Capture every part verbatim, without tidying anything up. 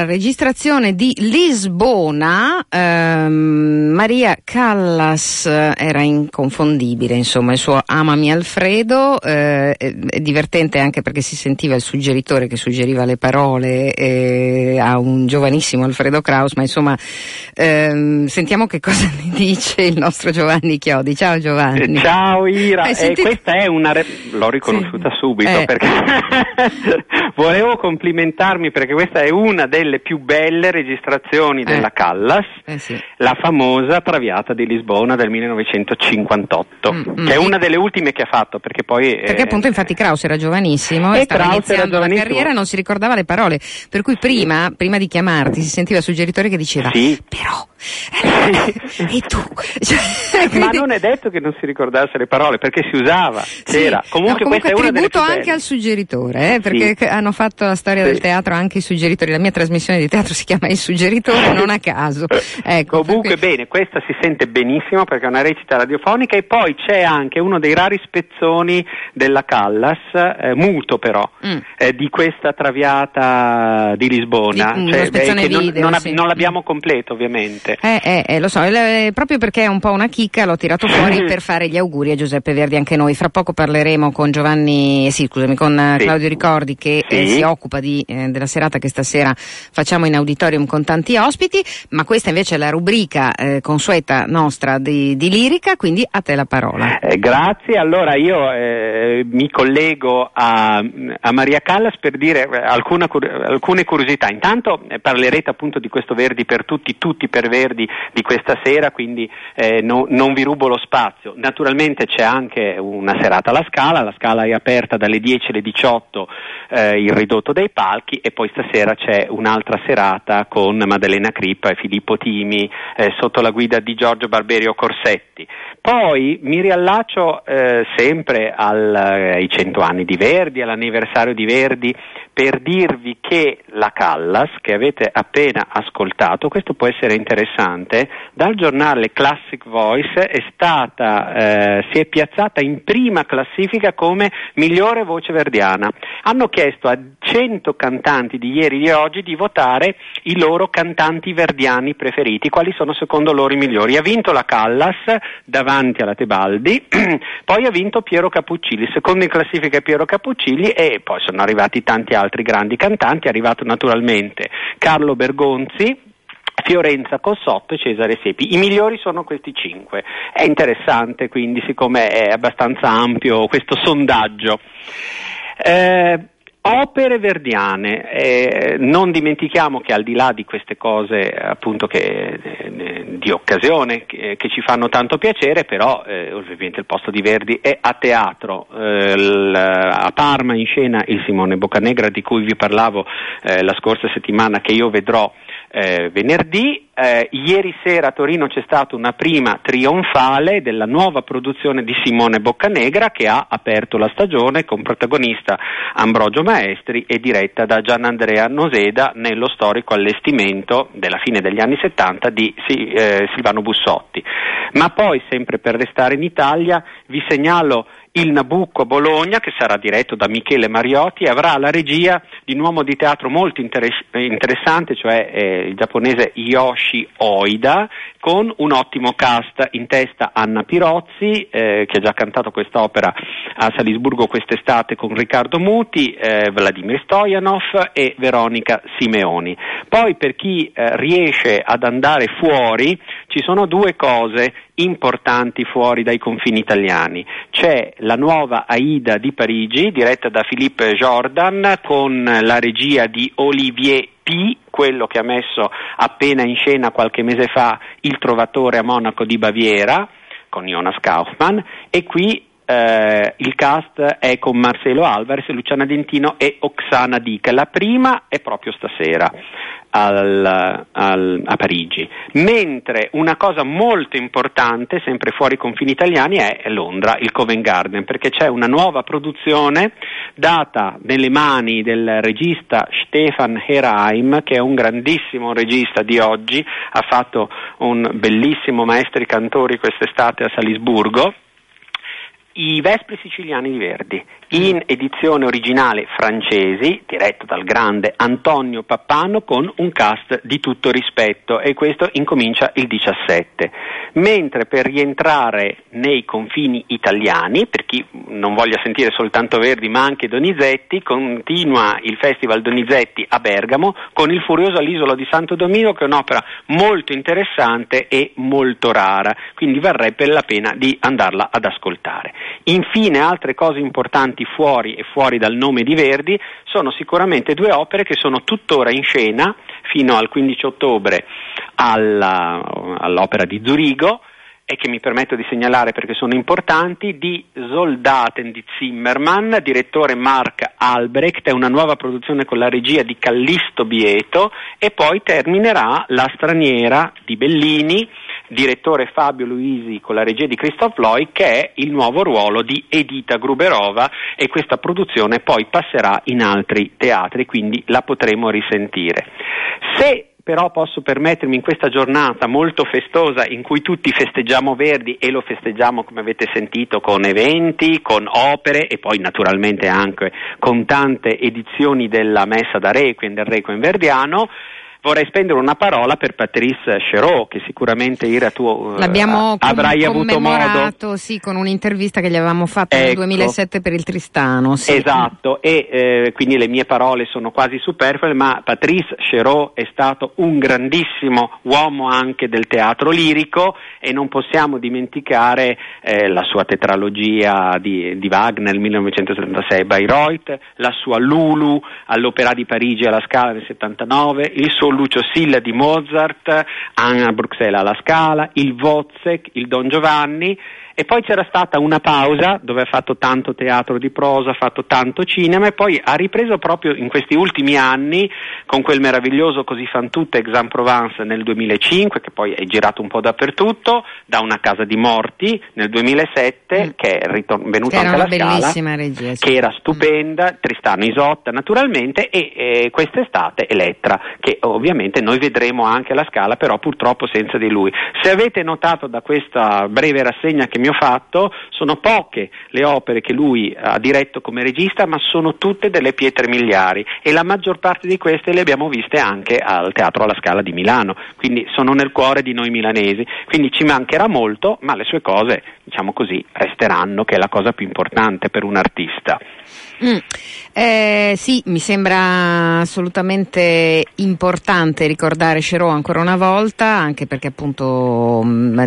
alla registrazione di Lisbona. ehm, Maria Callas era inconfondibile, insomma, il suo Amami Alfredo, eh, è, è divertente anche perché si sentiva il suggeritore che suggeriva le parole eh, a un giovanissimo Alfredo Kraus, ma insomma ehm, sentiamo che cosa ne dice il nostro Giovanni Chiodi. Ciao Giovanni. Ciao Ira, eh, sentito... questa è una re... l'ho riconosciuta sì. subito eh. perché volevo complimentarmi perché questa è una delle più belle registrazioni eh. della Callas, eh sì. la famosa Traviata di Lisbona del millenovecentocinquantotto, mm-hmm. che è una delle ultime che ha fatto, perché poi perché eh... appunto infatti Kraus era giovanissimo e, e stava Kraus iniziando la carriera, non si ricordava le parole, per cui prima, prima di chiamarti si sentiva il suggeritore che diceva sì. però eh, e tu cioè, quindi... ma non è detto che non si ricordasse le parole perché si usava, c'era sì. comunque, no, comunque questa è una delle più tributo anche belle. Al suggeritore, eh, perché sì. hanno fatto la storia sì. del teatro anche i suggeritori, la mia trasmissione di teatro si chiama Il Suggeritore non a caso, ecco, comunque cui... bene, questa si sente benissimo perché è una recita radiofonica, e poi c'è anche uno dei rari spezzoni della Callas, eh, muto però, mm. eh, di questa Traviata di Lisbona, di, cioè, eh, che non, video, non, sì. non l'abbiamo completo ovviamente. Eh, eh, eh, lo so, eh, proprio perché è un po' una chicca l'ho tirato fuori per fare gli auguri a Giuseppe Verdi anche noi. Fra poco parleremo con Giovanni, sì scusami, con sì. Claudio Ricordi che sì. eh, si occupa di, eh, della serata che stasera facciamo in auditorium con tanti ospiti, ma questa invece è la rubrica eh, consueta nostra di, di Lirica, quindi a te la parola. Eh, grazie, allora io eh, mi collego a, a Maria Callas per dire alcuna, alcune curiosità. Intanto eh, parlerete appunto di questo Verdi per tutti, tutti per Verdi di questa sera, quindi eh, no, non vi rubo lo spazio. Naturalmente c'è anche una serata alla Scala, la Scala è aperta dalle dieci alle diciotto, eh, il ridotto dei palchi, e poi stasera c'è un'altra serata con Maddalena Crippa e Filippo Timi eh, sotto la guida di Giorgio Barberio Corsetti. Poi mi riallaccio eh, sempre al, eh, ai cento anni di Verdi, all'anniversario di Verdi, per dirvi che la Callas, che avete appena ascoltato, questo può essere interessante, dal giornale Classic Voice è stata, eh, si è piazzata in prima classifica come migliore voce verdiana. Hanno chiesto a cento cantanti di ieri e di oggi di votare i loro cantanti verdiani preferiti, quali sono secondo loro i migliori. Ha vinto la Callas davanti alla Tebaldi, poi ha vinto Piero Cappuccilli, secondo in classifica è Piero Cappuccilli, e poi sono arrivati tanti altri grandi cantanti. È arrivato naturalmente Carlo Bergonzi, Fiorenza Cossotto e Cesare Sepi. I migliori sono questi cinque. È interessante, quindi, siccome è abbastanza ampio questo sondaggio. Eh, Opere verdiane, eh, non dimentichiamo che al di là di queste cose appunto che eh, di occasione che, che ci fanno tanto piacere, però eh, ovviamente il posto di Verdi è a teatro, eh, l, a Parma in scena il Simone Boccanegra di cui vi parlavo eh, la scorsa settimana, che io vedrò eh, venerdì. Eh, ieri sera a Torino c'è stata una prima trionfale della nuova produzione di Simone Boccanegra, che ha aperto la stagione con protagonista Ambrogio Maestri e diretta da Gianandrea Noseda nello storico allestimento della fine degli anni settanta di sì, eh, Silvano Bussotti. Ma poi, sempre per restare in Italia, vi segnalo il Nabucco a Bologna, che sarà diretto da Michele Mariotti e avrà la regia di un uomo di teatro molto inter- interessante, cioè eh, il giapponese Yoshi Oida, con un ottimo cast, in testa Anna Pirozzi, eh, che ha già cantato quest'opera a Salisburgo quest'estate con Riccardo Muti, eh, Vladimir Stojanov e Veronica Simeoni. Poi, per chi eh, riesce ad andare fuori, ci sono due cose importanti fuori dai confini italiani. C'è la nuova Aida di Parigi, diretta da Philippe Jordan, con la regia di Olivier P., quello che ha messo appena in scena qualche mese fa Il Trovatore a Monaco di Baviera, con Jonas Kaufmann, e qui eh, il cast è con Marcelo Alvarez, Luciana Dentino e Oksana Dick. La prima è proprio stasera al, al, a Parigi, mentre una cosa molto importante, sempre fuori i confini italiani, è Londra, il Covent Garden, perché c'è una nuova produzione data nelle mani del regista Stefan Herheim, che è un grandissimo regista di oggi, ha fatto un bellissimo Maestri Cantori quest'estate a Salisburgo. I Vespri Siciliani di Verdi, in edizione originale francesi, diretto dal grande Antonio Pappano, con un cast di tutto rispetto, e questo incomincia il diciassette. Mentre per rientrare nei confini italiani, per chi non voglia sentire soltanto Verdi ma anche Donizetti, continua il Festival Donizetti a Bergamo con Il Furioso all'Isola di Santo Domingo, che è un'opera molto interessante e molto rara, quindi varrebbe la pena di andarla ad ascoltare. Infine, altre cose importanti fuori e fuori dal nome di Verdi sono sicuramente due opere che sono tuttora in scena fino al quindici ottobre alla, all'Opera di Zurigo, e che mi permetto di segnalare perché sono importanti, di Soldaten di Zimmermann, direttore Mark Albrecht, è una nuova produzione con la regia di Callisto Bieto, e poi terminerà La straniera di Bellini, direttore Fabio Luisi con la regia di Christoph Loy, che è il nuovo ruolo di Edita Gruberova, e questa produzione poi passerà in altri teatri, quindi la potremo risentire. Se però posso permettermi, in questa giornata molto festosa in cui tutti festeggiamo Verdi, e lo festeggiamo, come avete sentito, con eventi, con opere e poi naturalmente anche con tante edizioni della Messa da Requiem, del Requiem verdiano, vorrei spendere una parola per Patrice Chéreau, che sicuramente Ira tu L'abbiamo avrai com- avuto modo. Sì, con un'intervista che gli avevamo fatto ecco. nel duemilasette per il Tristano. Sì. Esatto, e eh, quindi le mie parole sono quasi superflue, ma Patrice Chéreau è stato un grandissimo uomo anche del teatro lirico, e non possiamo dimenticare eh, la sua tetralogia di, di Wagner nel millenovecentosettantasei, Bayreuth, la sua Lulu all'Opéra di Parigi alla Scala nel settantanove, il suo Lucio Silla di Mozart, Anna Bruxelles alla Scala, il Wozzeck, il Don Giovanni, e poi c'era stata una pausa dove ha fatto tanto teatro di prosa, ha fatto tanto cinema, e poi ha ripreso proprio in questi ultimi anni con quel meraviglioso Così fan tutte, Aix-en-Provence nel duemilacinque, che poi è girato un po' dappertutto, da Una casa di morti nel duemilasette, mm. che è ritor- venuto anche alla Scala, regia, sì. che era stupenda, mm. Tristano Isotta naturalmente, e, e quest'estate Elettra, che ovviamente noi vedremo anche alla Scala, però purtroppo senza di lui. Se avete notato da questa breve rassegna che mi ho fatto, sono poche le opere che lui ha diretto come regista, ma sono tutte delle pietre miliari, e la maggior parte di queste le abbiamo viste anche al Teatro alla Scala di Milano, quindi sono nel cuore di noi milanesi, quindi ci mancherà molto, ma le sue cose, diciamo così, resteranno, che è la cosa più importante per un artista. Mm. Eh, sì, mi sembra assolutamente importante ricordare Chéreau ancora una volta, anche perché appunto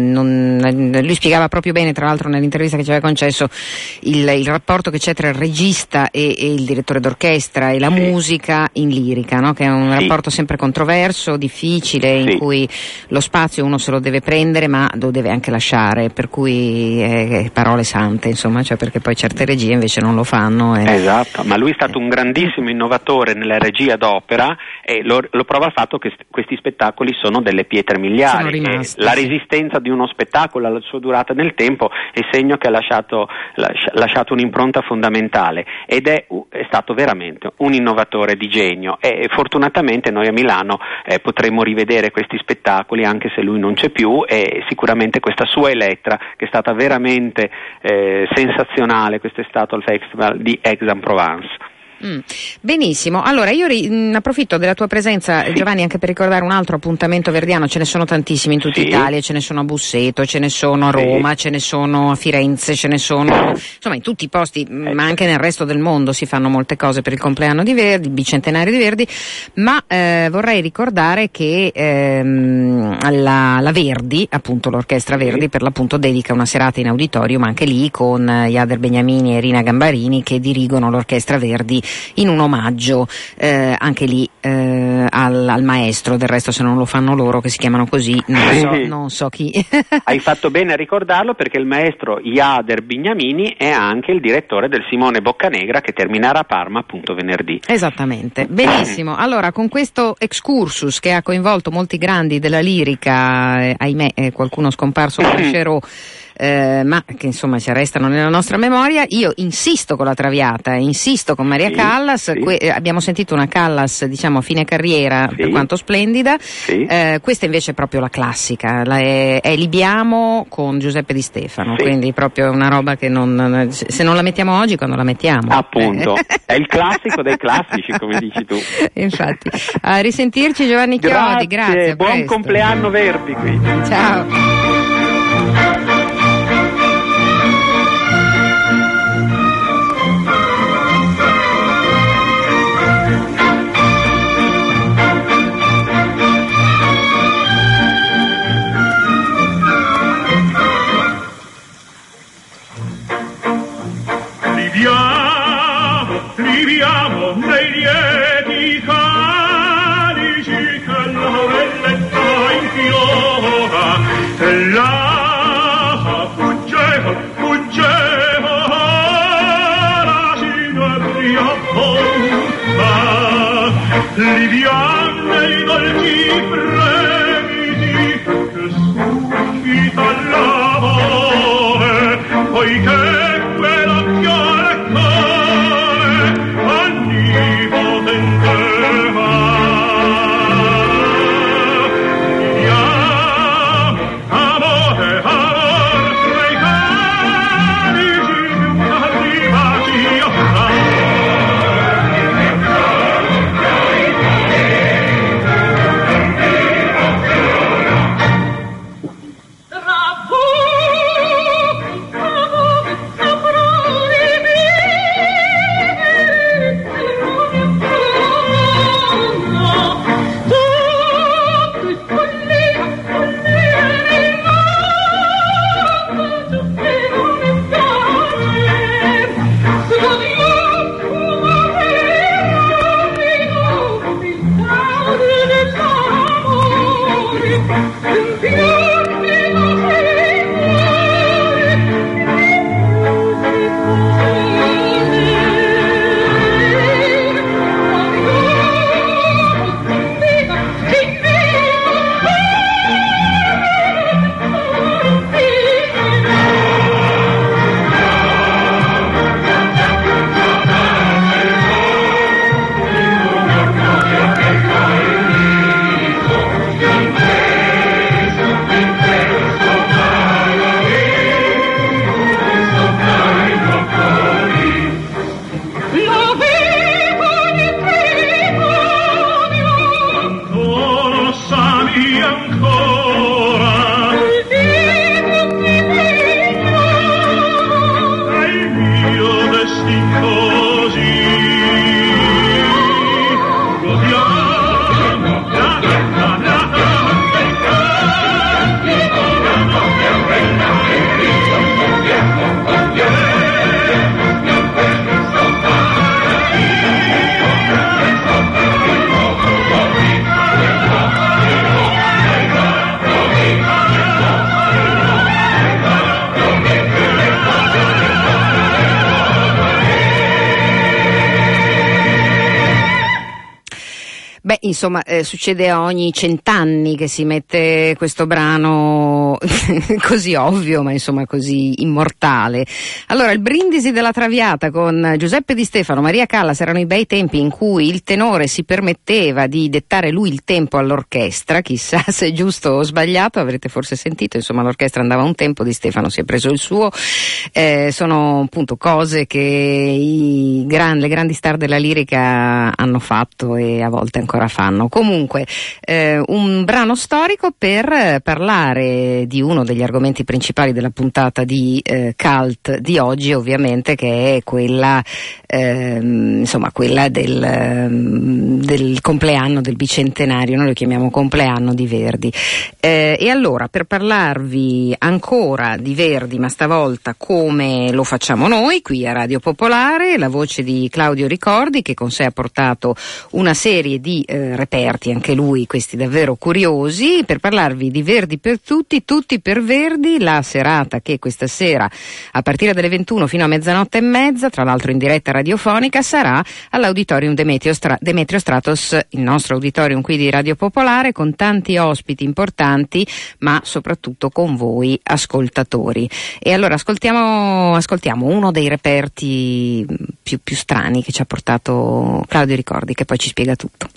non, lui spiegava proprio bene, tra l'altro nell'intervista che ci aveva concesso, il, il rapporto che c'è tra il regista e, e il direttore d'orchestra e la sì. musica in lirica, no? Che è un sì. rapporto sempre controverso, difficile, sì. in cui lo spazio uno se lo deve prendere ma lo deve anche lasciare, per cui eh, parole sante, insomma, cioè, perché poi certe regie invece non lo fanno. E, esatto, ma lui è stato un grandissimo innovatore nella regia d'opera, e lo, lo prova il fatto che st- questi spettacoli sono delle pietre miliari. Rimasti, la sì. resistenza di uno spettacolo alla sua durata nel tempo è segno che ha lasciato, lasci- lasciato un'impronta fondamentale, ed è, è stato veramente un innovatore di genio, e fortunatamente noi a Milano eh, potremo rivedere questi spettacoli anche se lui non c'è più, e sicuramente questa sua Elettra, che è stata veramente eh, sensazionale quest'estate al Festival di Aix-en-Provence. Mm. Benissimo, allora io ri- mh, approfitto della tua presenza, sì. Giovanni, anche per ricordare un altro appuntamento verdiano. Ce ne sono tantissimi in tutta sì. Italia, ce ne sono a Busseto, ce ne sono a Roma, sì. ce ne sono a Firenze, ce ne sono insomma in tutti i posti, eh. ma anche nel resto del mondo si fanno molte cose per il compleanno di Verdi, il bicentenario di Verdi, ma eh, vorrei ricordare che ehm, la, la Verdi, appunto l'Orchestra Verdi, sì. per l'appunto dedica una serata in auditorium anche lì con Jader Beniamini e Rina Gambarini, che dirigono l'Orchestra Verdi, in un omaggio eh, anche lì eh, al, al maestro. Del resto, se non lo fanno loro, che si chiamano così, non so, non so chi. Hai fatto bene a ricordarlo, perché il maestro Jader Beniamini è anche il direttore del Simone Boccanegra, che terminerà a Parma appunto venerdì. Esattamente, benissimo. Allora, con questo excursus che ha coinvolto molti grandi della lirica, eh, ahimè eh, qualcuno scomparso come Chéreau, eh, ma che insomma ci restano nella nostra memoria. Io insisto con la Traviata, insisto con Maria sì, Callas, sì. Que- abbiamo sentito una Callas diciamo a fine carriera, sì. per quanto splendida, sì. eh, questa invece è proprio la classica, la è, è Libiamo con Giuseppe Di Stefano, sì. quindi proprio una roba che non, se non la mettiamo oggi, quando la mettiamo? Appunto, è il classico dei classici, come dici tu. Infatti, a risentirci Giovanni Chiodi, grazie, grazie buon presto. compleanno Verdi qui. Ciao. Libiamo, libiamo nei lieti calici che la bellezza infiora, e là fuggeva, fuggeva la sinebria fonda. Libiamo nei dolci fremiti che suscita l'amore, poiché Beh, insomma, eh, succede a ogni cent'anni che si mette questo brano così ovvio, ma insomma così immortale. Allora, il Brindisi della Traviata con Giuseppe Di Stefano, Maria Callas erano i bei tempi in cui il tenore si permetteva di dettare lui il tempo all'orchestra, chissà se è giusto o sbagliato, avrete forse sentito, insomma l'orchestra andava un tempo, Di Stefano si è preso il suo, eh, sono appunto cose che i gran, le grandi star della lirica hanno fatto e a volte ancora fanno. Comunque eh, un brano storico per parlare di uno degli argomenti principali della puntata di eh, Cult di oggi, ovviamente, che è quella eh, insomma quella del, del compleanno, del bicentenario, noi lo chiamiamo compleanno di Verdi. Eh, e allora, per parlarvi ancora di Verdi, ma stavolta come lo facciamo noi qui a Radio Popolare, la voce di Claudio Ricordi, che con sé ha portato una serie di eh, reperti, anche lui, questi davvero curiosi, per parlarvi di Verdi per tutti, tutti per Verdi, la serata che questa sera a partire dalle ventuno fino a mezzanotte e mezza, tra l'altro in diretta radiofonica, sarà all'Auditorium Demetrio, Stra- Demetrio Stratos, il nostro auditorium qui di Radio Popolare, con tanti ospiti importanti, ma soprattutto con voi ascoltatori. E allora ascoltiamo, ascoltiamo uno dei reperti più, più strani che ci ha portato Claudio Ricordi, che poi ci spiega tutto.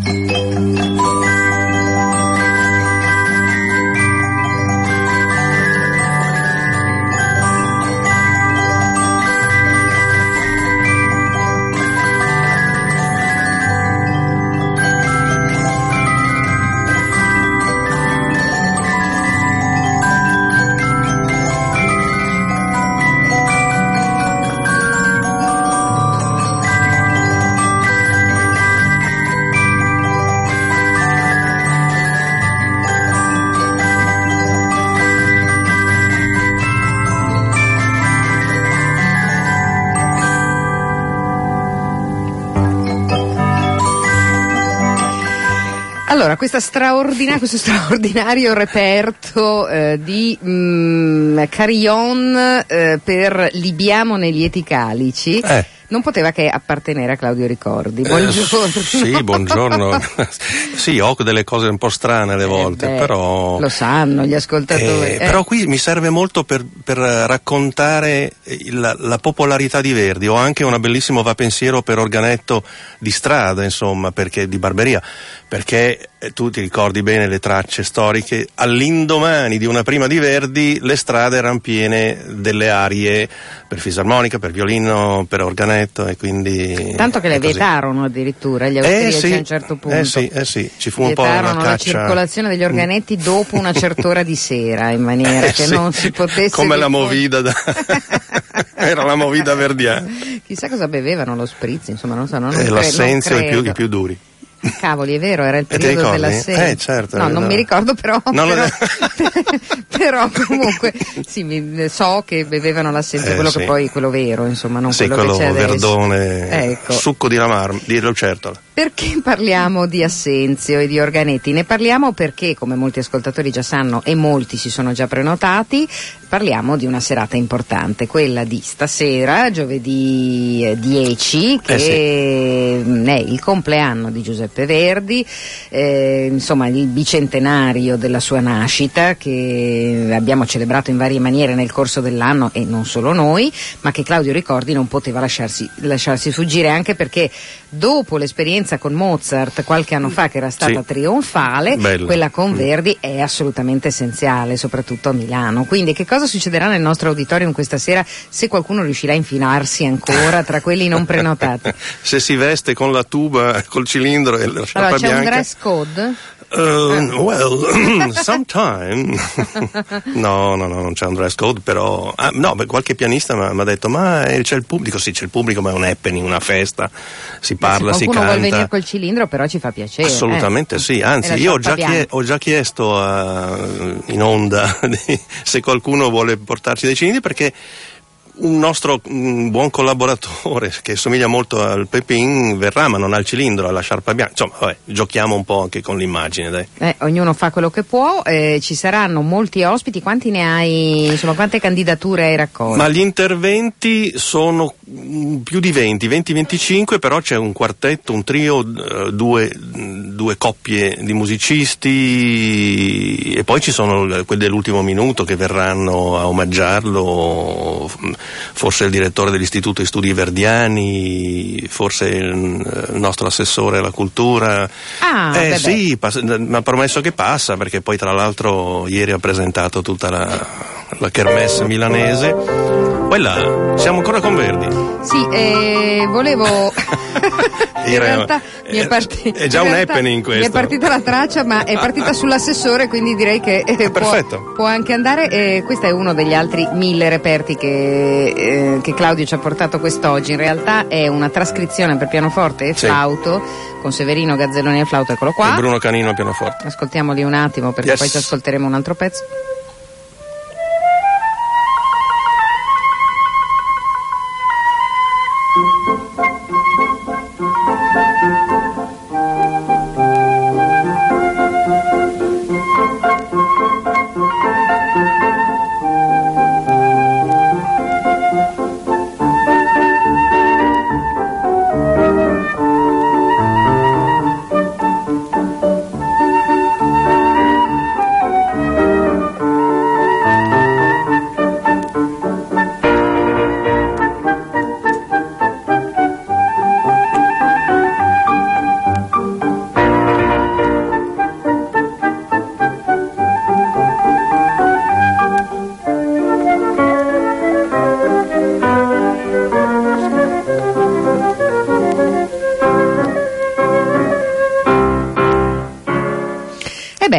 Allora, questa straordina- questo straordinario reperto eh, di mh, carillon eh, per Libiamo nei lieti calici Eh. non poteva che appartenere a Claudio Ricordi. Buongiorno. Eh, sì, buongiorno. Sì, ho delle cose un po' strane alle volte, Eh beh, però... Lo sanno gli ascoltatori. Eh, Eh. Però qui mi serve molto per, per raccontare la, la popolarità di Verdi. Ho anche una bellissima va pensiero per organetto di strada, insomma, perché di Barberia, perché eh, tu ti ricordi bene le tracce storiche, all'indomani di una prima di Verdi le strade erano piene delle arie per fisarmonica, per violino, per organetto, e quindi... Tanto che le è così. vietarono addirittura gli austriaci eh sì, a un certo punto. Eh sì, eh sì, ci fu un po' Vietarono una la caccia... circolazione degli organetti dopo una certa ora di sera, in maniera Eh che sì, non si potesse... come la diffondere. movida da... era la movida verdiana. Chissà cosa bevevano lo spritz, insomma, non so, non, E non cre- l'assenzio non i più, credo. i più duri. Cavoli, è vero, era il E ti periodo ricordi? dell'assenzio. Eh, certo. No, non no. mi ricordo, però, Non lo- però, però comunque sì, mi, so che bevevano l'assenzio, Eh, quello sì. che poi quello vero, insomma, non Sì, quello, quello che c'è adesso. verdone, Ecco. succo di ramar, di lucertola. Perché parliamo di assenzio e di organetti? Ne parliamo perché, come molti ascoltatori già sanno e molti si sono già prenotati, parliamo di una serata importante, quella di stasera, giovedì eh, dieci, che Eh sì. è il compleanno di Giuseppe Verdi, eh, insomma il bicentenario della sua nascita, che abbiamo celebrato in varie maniere nel corso dell'anno, e non solo noi, ma che Claudio Ricordi non poteva lasciarsi, lasciarsi fuggire, anche perché dopo l'esperienza con Mozart qualche anno fa, che era stata Sì. trionfale, Bello. quella con Mm. Verdi è assolutamente essenziale, soprattutto a Milano. Quindi che cosa succederà nel nostro auditorium questa sera, se qualcuno riuscirà a infilarsi ancora tra quelli non prenotati? Se si veste con la tuba, col cilindro e la sciarpa Allora, c'è bianca... un dress code? Uh, well, sometime. no, no, no, non c'è un dress code, però... Ah, no, beh, qualche pianista mi ha detto, ma eh, c'è il pubblico? Sì, c'è il pubblico, ma è un happening, una festa, si parla, se si qualcuno canta. vuole venire col cilindro, però ci fa piacere. Assolutamente eh. sì, E anzi la io ho sciarpa già, chie- bianca. ho già chiesto a- in onda di- se qualcuno vuole portarci dei cilindri, perché un nostro un buon collaboratore che somiglia molto al Pepin verrà, ma non ha il cilindro, ha la sciarpa bianca. Insomma, vabbè, giochiamo un po' anche con l'immagine, dai. Eh, ognuno fa quello che può, eh, ci saranno molti ospiti. Quanti ne hai, insomma, quante candidature hai raccolto? Ma gli interventi sono mm, più di venti, venti venticinque, però c'è un quartetto, un trio, eh, due, due coppie di musicisti, e poi ci sono le- quelli dell'ultimo minuto che verranno a omaggiarlo, forse il direttore dell'Istituto di Studi Verdiani, forse il, il nostro assessore alla cultura. Ah, eh beh, sì, pass- mi ha promesso che passa, perché poi tra l'altro ieri ha presentato tutta la, la kermesse milanese. Poi là, siamo ancora con Verdi. Sì, eh, volevo... in Era- realtà mi è, parti- è già in un realtà happening questo. Mi è partita la traccia, ma è partita sull'assessore, quindi direi che eh, può, Perfetto. può anche andare. Eh, questo è uno degli altri mille reperti che, eh, che Claudio ci ha portato quest'oggi. In realtà è una trascrizione per pianoforte e Sì. flauto, con Severino Gazzelloni al flauto, eccolo qua. E Bruno Canino al pianoforte. Ascoltiamoli un attimo, perché Yes. poi ci ascolteremo un altro pezzo.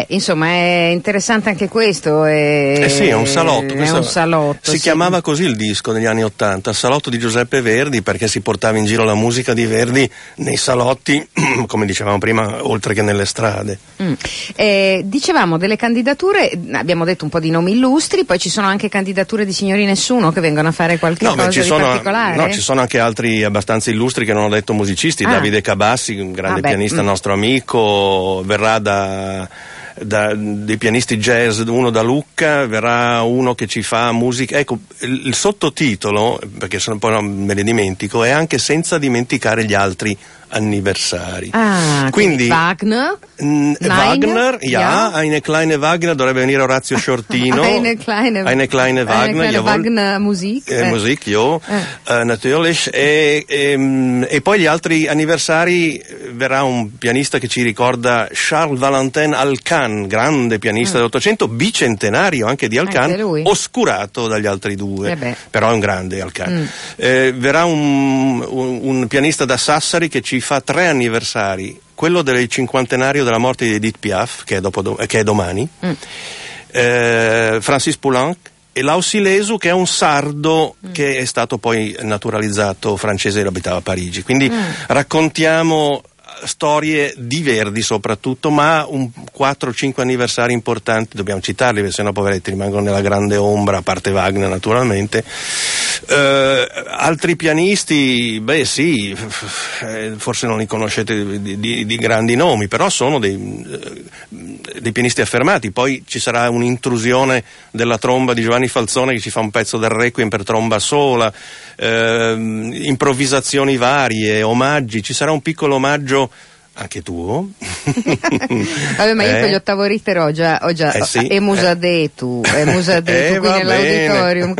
insomma è interessante anche questo. È, eh sì, è un salotto. È un salotto si sì. chiamava così il disco negli anni Ottanta, Salotto di Giuseppe Verdi, perché si portava in giro la musica di Verdi nei salotti, come dicevamo prima, oltre che nelle strade. Mm. Eh, dicevamo delle candidature, abbiamo detto un po' di nomi illustri, poi ci sono anche candidature di signori nessuno che vengono a fare qualche no, cosa beh, ci di sono, particolare? No, ci sono anche altri abbastanza illustri che non ho detto musicisti, ah. Davide Cabassi, un grande ah, pianista mm. nostro amico, verrà da... Da, dei pianisti jazz, uno da Lucca, verrà uno che ci fa musica. Ecco, il, il sottotitolo, perché se poi me ne dimentico, è anche senza dimenticare gli altri anniversari. Ah, quindi Wagner, n- Wagner, ja, ja, eine kleine Wagner, dovrebbe venire Orazio Shortino. eine kleine, eine kleine Wagner, eine kleine Wagner Musik, eh, eh. Musik, jo, eh. uh, natürlich. E, e, e poi gli altri anniversari verrà un pianista che ci ricorda Charles Valentin Alcan, grande pianista mm. dell'Ottocento, bicentenario anche di Alcan, anche oscurato dagli altri due, eh però è un grande Alcan. Mm. Eh, verrà un, un, un pianista da Sassari che ci fa tre anniversari, quello del cinquantenario della morte di Edith Piaf, che è, dopo, che è domani, mm. eh, Francis Poulenc, e Lau Silesu, che è un sardo mm. che è stato poi naturalizzato francese e abitava a Parigi. Quindi mm. raccontiamo storie di Verdi soprattutto, ma un quattro cinque anniversari importanti dobbiamo citarli, perché sennò poveretti rimangono nella grande ombra, a parte Wagner naturalmente. Uh, altri pianisti, beh sì, eh, forse non li conoscete di, di, di grandi nomi, però sono dei, dei pianisti affermati. Poi ci sarà un'intrusione della tromba di Giovanni Falzone che ci fa un pezzo del Requiem per tromba sola, eh, improvvisazioni varie, omaggi, ci sarà un piccolo omaggio anche tuo. Vabbè, ma io eh? con gli ottavo Richter ho già, ho già eh sì, e Musadetu, eh. e Musadetu eh, qui nell'auditorium.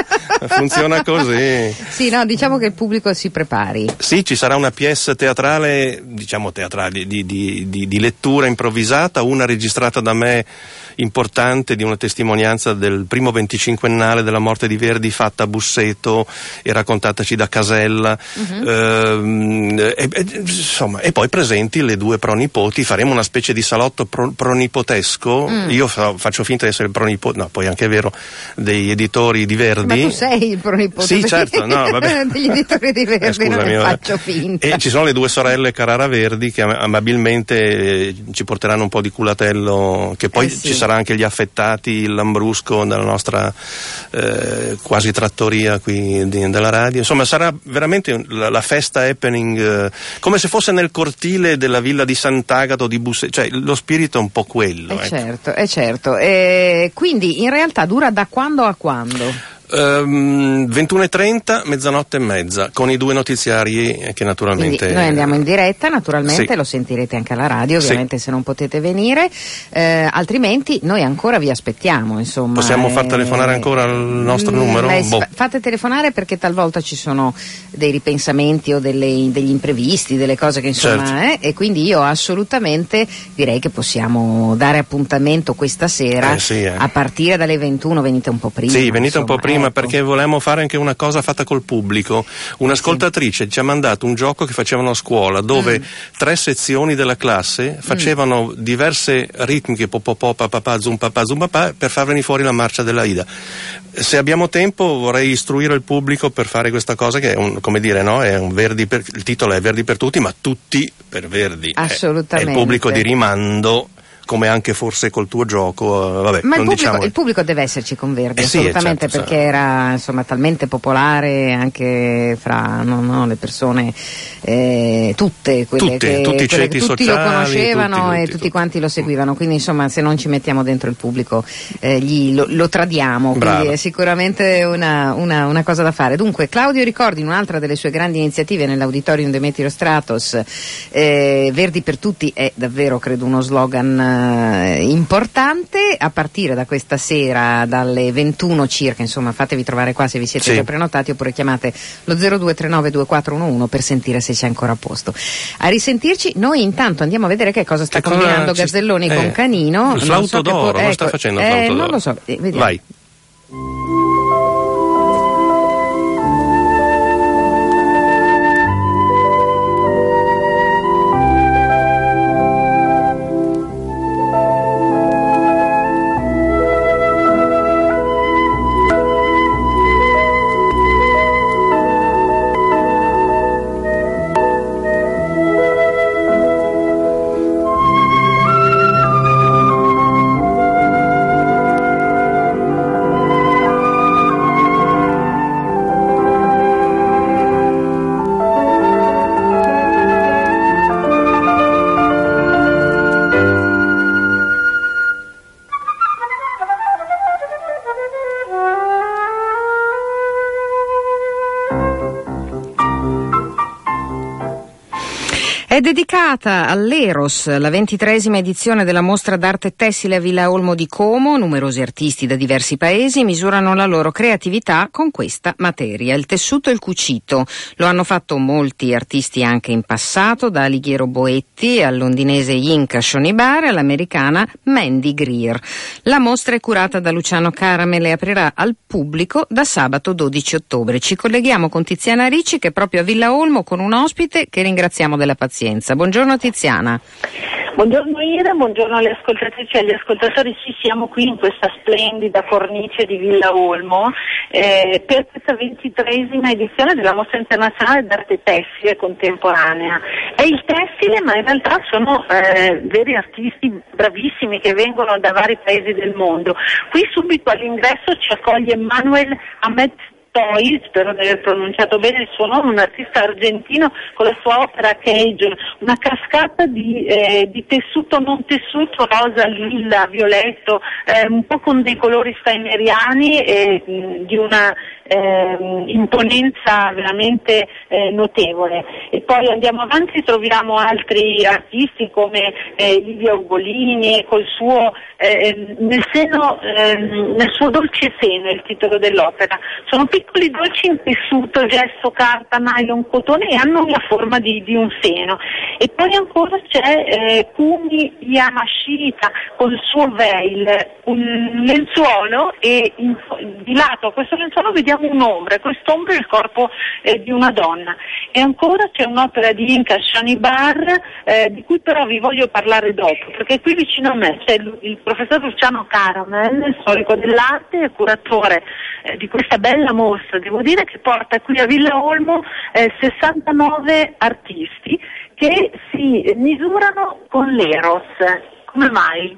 Funziona così. Sì, no, diciamo che il pubblico si prepari. Sì, ci sarà una pièce teatrale, diciamo teatrale, di, di, di, di lettura improvvisata, una registrata da me importante, di una testimonianza del primo venticinquennale della morte di Verdi, fatta a Busseto e raccontataci da Casella. Uh-huh. Ehm, e, e, insomma, e poi presenti le due pronipoti, faremo una specie di salotto pro, pronipotesco. Mm. Io fa, faccio finta di essere il pronipote, no, poi anche è vero, degli editori di Verdi. Ma tu sei il pronipote? Sì, certo, no, vabbè. Degli editori di Verdi, eh, scusami, non ne faccio finta. E ci sono le due sorelle Carrara Verdi che amabilmente ci porteranno un po' di culatello, che poi eh sì. ci sarà anche gli affettati, il lambrusco della nostra eh, quasi trattoria qui di, della radio. Insomma, sarà veramente la, la festa happening, eh, come se fosse nel cortile della villa di Sant'Agato di Busseto, cioè lo spirito è un po' quello. Eh ecco. certo, è certo. E quindi in realtà dura da quando a quando? Um, ventuno e trenta, mezzanotte e mezza, con i due notiziari che naturalmente... Quindi noi andiamo in diretta, naturalmente, sì. lo sentirete anche alla radio, ovviamente sì. se non potete venire, eh, altrimenti noi ancora vi aspettiamo, insomma. Possiamo eh, far telefonare ancora al nostro mh, numero? Beh, boh. Fate telefonare perché talvolta ci sono dei ripensamenti o delle, degli imprevisti, delle cose che insomma... Certo. Eh, e quindi io assolutamente direi che possiamo dare appuntamento questa sera eh, sì, eh. a partire dalle ventuno, venite un po' prima. Sì, venite insomma, un po' prima ecco. perché volevamo fare anche una cosa fatta col pubblico. Un'ascoltatrice sì. ci ha mandato un gioco che facevano a scuola dove mm. tre sezioni della classe facevano mm. diverse ritmiche popopò, papà, zum papà, zum papà per far venire fuori la marcia della Ida. Se abbiamo tempo vorrei istruire il pubblico per fare questa cosa che è un, come dire, no? È un Verdi per, il titolo è Verdi per tutti, ma tutti per Verdi. Assolutamente. È, è il pubblico di rimando, come anche forse col tuo gioco, uh, vabbè, ma non il pubblico, diciamo... il pubblico deve esserci con Verdi, eh sì, assolutamente, certo, perché certo. era insomma talmente popolare anche fra no, no, le persone eh, tutte quelle tutte, che, tutti i quelle ceti che tutti sociali, lo conoscevano tutti, e tutti, tutti, tutti quanti lo seguivano, quindi insomma se non ci mettiamo dentro il pubblico eh, gli, lo, lo tradiamo, quindi Brava. È sicuramente una, una, una cosa da fare. Dunque Claudio ricordi un'altra delle sue grandi iniziative nell'auditorium Demetrio Stratos, eh, Verdi per tutti è davvero credo uno slogan eh, importante. A partire da questa sera dalle ventuno circa, insomma fatevi trovare qua se vi siete sì. già prenotati oppure chiamate lo zero due tre nove due quattro uno uno per sentire se c'è ancora a posto. A risentirci, noi intanto andiamo a vedere che cosa sta che combinando cosa Gazzelloni ci... eh, con Canino. Il flauto so d'oro, po- lo ecco, sta facendo il eh, flauto non d'oro. lo so, eh, vediamo. Vai. È dedicata all'Eros, la ventitreesima edizione della mostra d'arte tessile a Villa Olmo di Como. Numerosi artisti da diversi paesi misurano la loro creatività con questa materia, il tessuto e il cucito. Lo hanno fatto molti artisti anche in passato, da Alighiero Boetti al londinese Yinka Shonibar e all'americana Mandy Greer. La mostra è curata da Luciano Caramel e aprirà al pubblico da sabato dodici ottobre. Ci colleghiamo con Tiziana Ricci, che è proprio a Villa Olmo, con un ospite che ringraziamo della pazienza. Buongiorno Tiziana. Buongiorno Ira, buongiorno alle ascoltatrici e agli ascoltatori. Sì, siamo qui in questa splendida cornice di Villa Olmo eh, per questa ventitreesima edizione della Mostra Internazionale d'Arte Tessile Contemporanea. È il tessile, ma in realtà sono eh, veri artisti bravissimi che vengono da vari paesi del mondo. Qui subito all'ingresso ci accoglie Manuel Ahmed Toy, spero di aver pronunciato bene il suo nome, un artista argentino con la sua opera Cage, una cascata di, eh, di tessuto non tessuto, rosa, lilla, violetto, eh, un po' con dei colori steineriani e mh, di una eh, imponenza veramente eh, notevole. E poi andiamo avanti, troviamo altri artisti come eh, Livia Ugolini col suo eh, nel seno, eh, nel suo dolce seno è il titolo dell'opera. Sono piccoli dolci in tessuto, gesso, carta, nylon, cotone e hanno la forma di, di un seno. E poi ancora c'è eh, Kumi Yamashita con il suo veil, un lenzuolo e in, di lato a questo lenzuolo vediamo un'ombra, e quest'ombra è il corpo eh, di una donna. E ancora c'è un'opera di Yinka Shonibar eh, di cui però vi voglio parlare dopo, perché qui vicino a me c'è il, il professor Luciano Caramel, storico dell'arte e curatore eh, di questa bella mostra, devo dire, che porta qui a Villa Olmo eh, sessantanove artisti che si misurano con l'Eros. Come mai?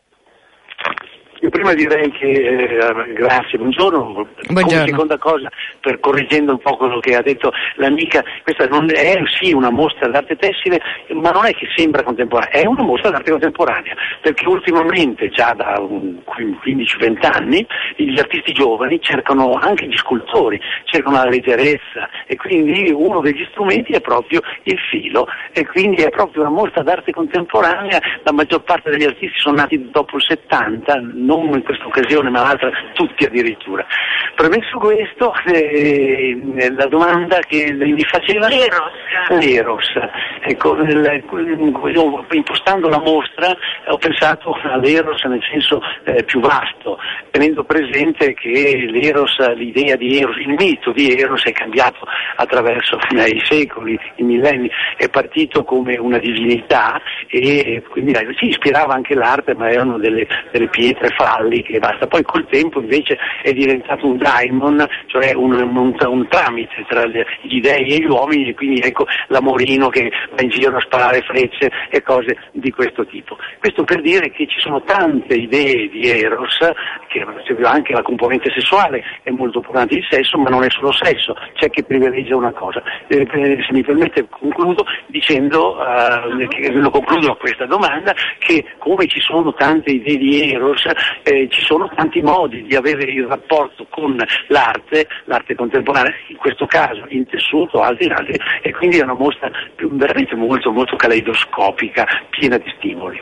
Io prima direi che, eh, grazie, buongiorno. Buongiorno. Come seconda cosa, per correggendo un po' quello che ha detto l'amica, questa non è sì una mostra d'arte tessile, ma non è che sembra contemporanea, è una mostra d'arte contemporanea, perché ultimamente, già da quindici venti anni, gli artisti giovani cercano, anche gli scultori, cercano la leggerezza, e quindi uno degli strumenti è proprio il filo, e quindi è proprio una mostra d'arte contemporanea. La maggior parte degli artisti sono nati dopo il settanta, non in questa occasione ma l'altra, tutti addirittura. Premesso questo, eh, la domanda che mi faceva l'Eros, l'Eros. Ecco, il, impostando la mostra ho pensato all'Eros nel senso eh, più vasto, tenendo presente che l'Eros, l'idea di Eros, il mito di Eros è cambiato attraverso eh, i secoli, i millenni, è partito come una divinità e quindi eh, si ispirava anche l'arte, ma erano delle, delle pietre falli che basta. Poi col tempo invece è diventato un daimon, cioè un, un, un tramite tra gli dei e gli uomini, e quindi ecco l'amorino che va in giro a sparare frecce e cose di questo tipo. Questo per dire che ci sono tante idee di Eros, che anche la componente sessuale è molto importante, il sesso, ma non è solo sesso, c'è chi privilegia una cosa. Eh, se mi permette concludo dicendo, uh, che lo concludo a questa domanda, che come ci sono tante idee di Eros, eh, ci sono tanti modi di avere il rapporto con l'arte, l'arte contemporanea, in questo caso in tessuto, altri in altri, e quindi è una mostra più, veramente molto molto caleidoscopica, piena di stimoli.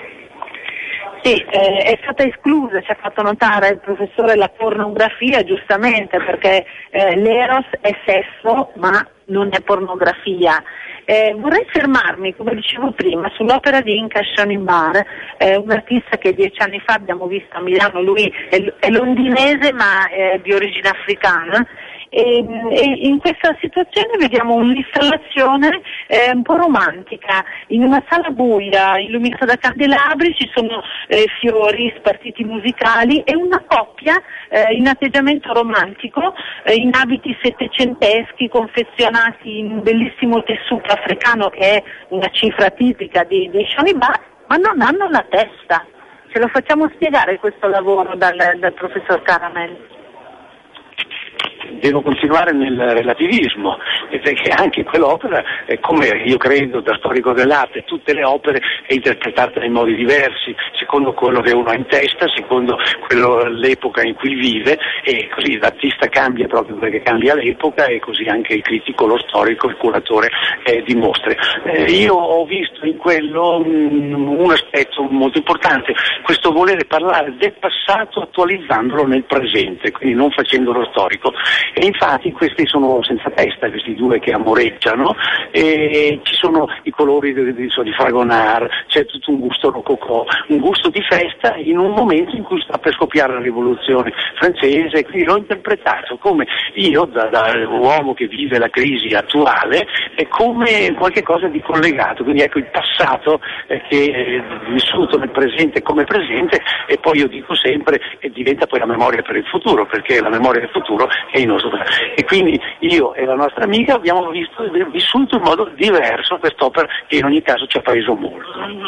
Sì, eh, è stata esclusa, ci ha fatto notare il professore, la pornografia, giustamente, perché eh, l'Eros è sesso ma non è pornografia. Eh, vorrei fermarmi, come dicevo prima, sull'opera di Yinka Shonibar, eh, un artista che dieci anni fa abbiamo visto a Milano. Lui è, è londinese ma è di origine africana. E, e in questa situazione vediamo un'installazione eh, un po' romantica, in una sala buia illuminata da candelabri, ci sono eh, fiori spartiti musicali e una coppia eh, in atteggiamento romantico, eh, in abiti settecenteschi confezionati in un bellissimo tessuto africano che è una cifra tipica di, di Shonibar, ma non hanno la testa. Ce lo facciamo spiegare questo lavoro dal, dal professor Caramel? Devo continuare nel relativismo, perché anche quell'opera, eh, come io credo da storico dell'arte, tutte le opere è interpretata in modi diversi, secondo quello che uno ha in testa, secondo quello, l'epoca in cui vive, e così l'artista cambia proprio perché cambia l'epoca, e così anche il critico, lo storico, il curatore eh, di mostre. Eh, io ho visto in quello mh, un aspetto molto importante, questo volere parlare del passato attualizzandolo nel presente, quindi non facendo lo storico, e infatti questi sono senza testa, questi due che amoreggiano, e ci sono i colori di, di, di Fragonard, c'è tutto un gusto rococò, un gusto di festa in un momento in cui sta per scoppiare la rivoluzione francese, quindi l'ho interpretato come io, da, da uomo che vive la crisi attuale, e come qualche cosa di collegato, quindi ecco il passato eh, che è vissuto nel presente come presente, e poi io dico sempre che diventa poi la memoria per il futuro, perché la memoria del futuro è il nostro. E quindi io e la nostra amica abbiamo visto, vissuto in modo diverso quest'opera, che in ogni caso ci ha preso molto.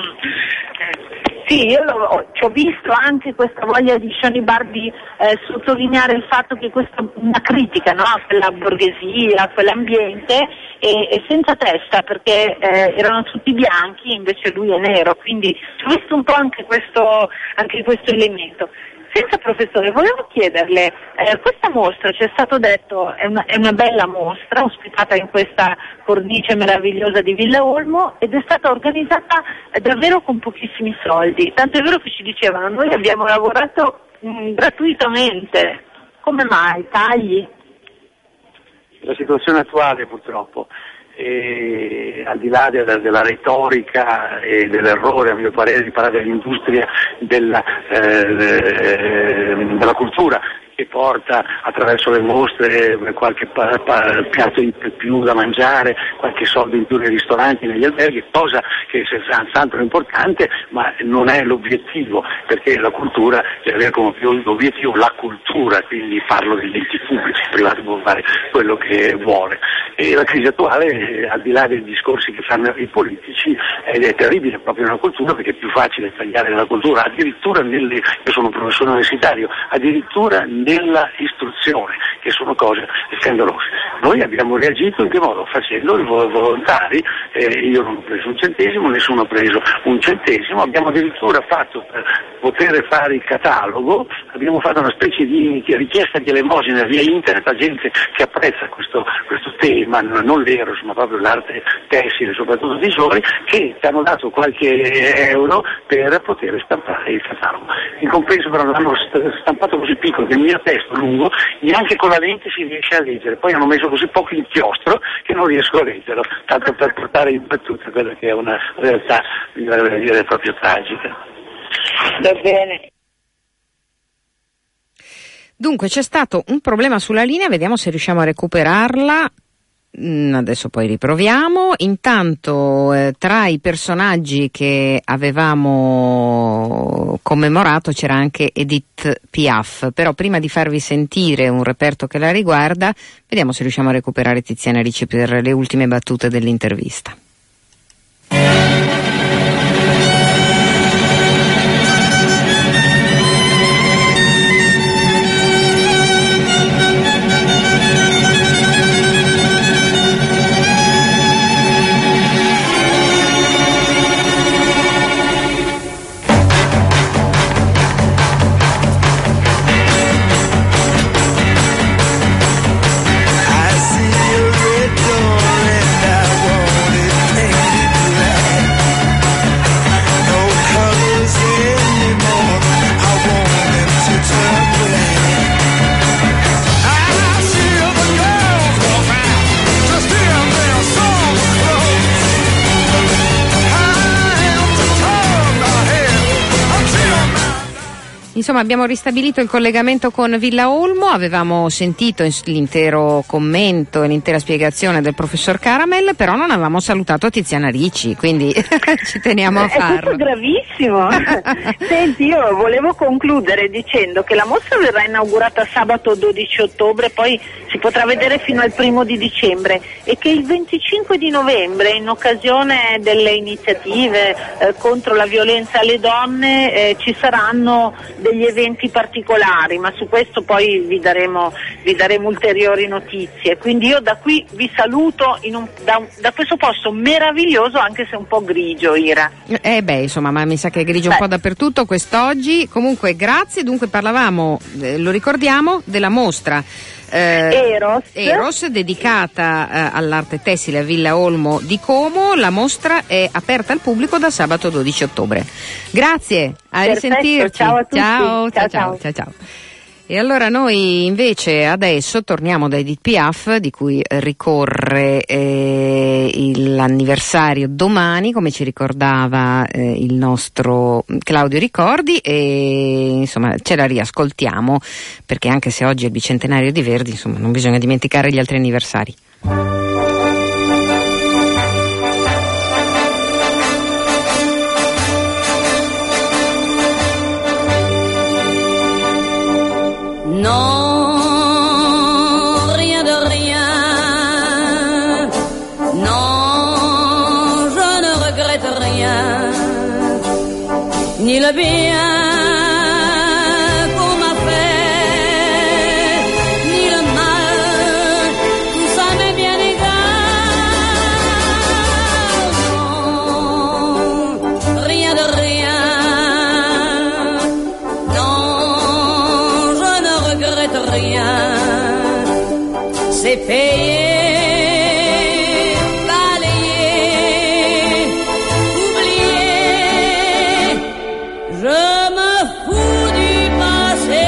Sì, io l'ho, ci ho visto anche questa voglia di Schönebar di eh, sottolineare il fatto che questa è una critica, no, a quella borghesia, a quell'ambiente, e, e senza testa, perché eh, erano tutti bianchi, invece lui è nero, quindi ci ho visto un po' anche questo, anche questo elemento. Senta professore, volevo chiederle, eh, questa mostra, ci è stato detto, è una, è una bella mostra, ospitata in questa cornice meravigliosa di Villa Olmo, ed è stata organizzata eh, davvero con pochissimi soldi, tanto è vero che ci dicevano, noi abbiamo lavorato mh, gratuitamente, come mai? Tagli? La situazione attuale purtroppo, e al di là della, della retorica e dell'errore, a mio parere, di parlare dell'industria della, eh, della cultura, che porta attraverso le mostre qualche pa- pa- piatto in più da mangiare, qualche soldo in più nei ristoranti, negli alberghi, cosa che è senz'altro importante, ma non è l'obiettivo, perché la cultura deve avere come più l'obiettivo la cultura, quindi parlo degli enti pubblici, il privato può fare quello che vuole. E la crisi attuale, al di là dei discorsi che fanno i politici, ed è terribile proprio nella cultura, perché è più facile tagliare nella cultura, addirittura nelle, io sono un professore universitario, addirittura nella istruzione, che sono cose scandalose. Noi abbiamo reagito in che modo? Facendo i volontari, eh, io non ho preso un centesimo, nessuno ha preso un centesimo, abbiamo addirittura fatto, per poter fare il catalogo, abbiamo fatto una specie di richiesta di elemosina via internet a gente che apprezza questo, questo tema, non l'eros, ma proprio l'arte tessile, soprattutto di giovani, che ci hanno dato qualche euro per poter stampare il catalogo. In compenso però l'hanno stampato così piccolo che il mio testo lungo neanche con la lente si riesce a leggere, poi hanno messo così poco inchiostro che non riesco a leggerlo, tanto per portare in battuta quella che è una realtà, bisogna dire, proprio tragica. Va bene. Dunque c'è stato un problema sulla linea, vediamo se riusciamo a recuperarla. Adesso poi riproviamo. Intanto eh, tra i personaggi che avevamo commemorato c'era anche Edith Piaf, però prima di farvi sentire un reperto che la riguarda, vediamo se riusciamo a recuperare Tiziana Ricci per le ultime battute dell'intervista. Insomma, abbiamo ristabilito il collegamento con Villa Olmo, avevamo sentito l'intero commento e l'intera spiegazione del professor Caramel, però non avevamo salutato Tiziana Ricci, quindi ci teniamo a farlo. È tutto gravissimo. Senti, io volevo concludere dicendo che la mostra verrà inaugurata sabato dodici ottobre, poi si potrà vedere fino al primo di dicembre, e che il venticinque di novembre, in occasione delle iniziative eh, contro la violenza alle donne, eh, ci saranno dei degli eventi particolari, ma su questo poi vi daremo, vi daremo ulteriori notizie. Quindi io da qui vi saluto in un, da, un, da questo posto meraviglioso, anche se un po' grigio, Ira. Eh beh, insomma, ma mi sa che è grigio beh. un po' dappertutto quest'oggi. Comunque grazie, dunque parlavamo, eh, lo ricordiamo, della mostra Eh, Eros. Eros, dedicata eh, all'arte tessile a Villa Olmo di Como. La mostra è aperta al pubblico da sabato dodici ottobre. Grazie, a Perfetto, risentirci. ciao a tutti. Ciao, ciao, Ciao, ciao, ciao, ciao. E allora noi invece adesso torniamo da Edith Piaf, di cui ricorre eh, l'anniversario domani, come ci ricordava eh, il nostro Claudio Ricordi, e insomma ce la riascoltiamo, perché anche se oggi è il bicentenario di Verdi, insomma non bisogna dimenticare gli altri anniversari. Non, rien de rien. Non, je ne regrette rien. Ni le bien qu'on m'a fait, ni le mal, tout ça m'est bien égal. Non, rien de rien. Rien, c'est payer, balayer, oublier. Je me fous du passé,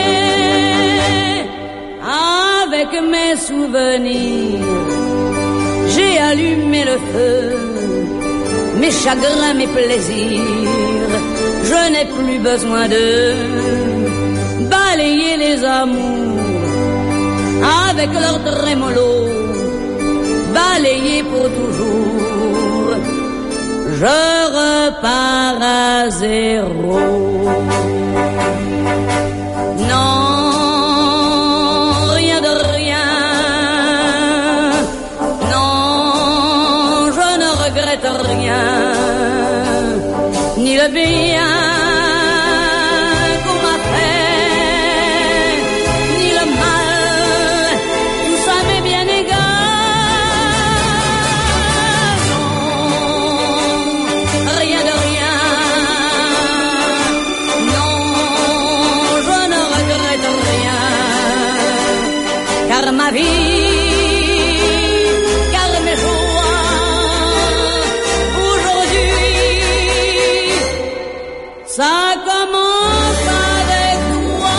avec mes souvenirs. J'ai allumé le feu, mes chagrins, mes plaisirs. Je n'ai plus besoin de balayer les amours avec leur trémolo, balayer pour toujours. Je repars à zéro. Non, rien de rien. Non, je ne regrette rien, ni le bien ma vie, car mes joies, aujourd'hui, ça commence avec toi.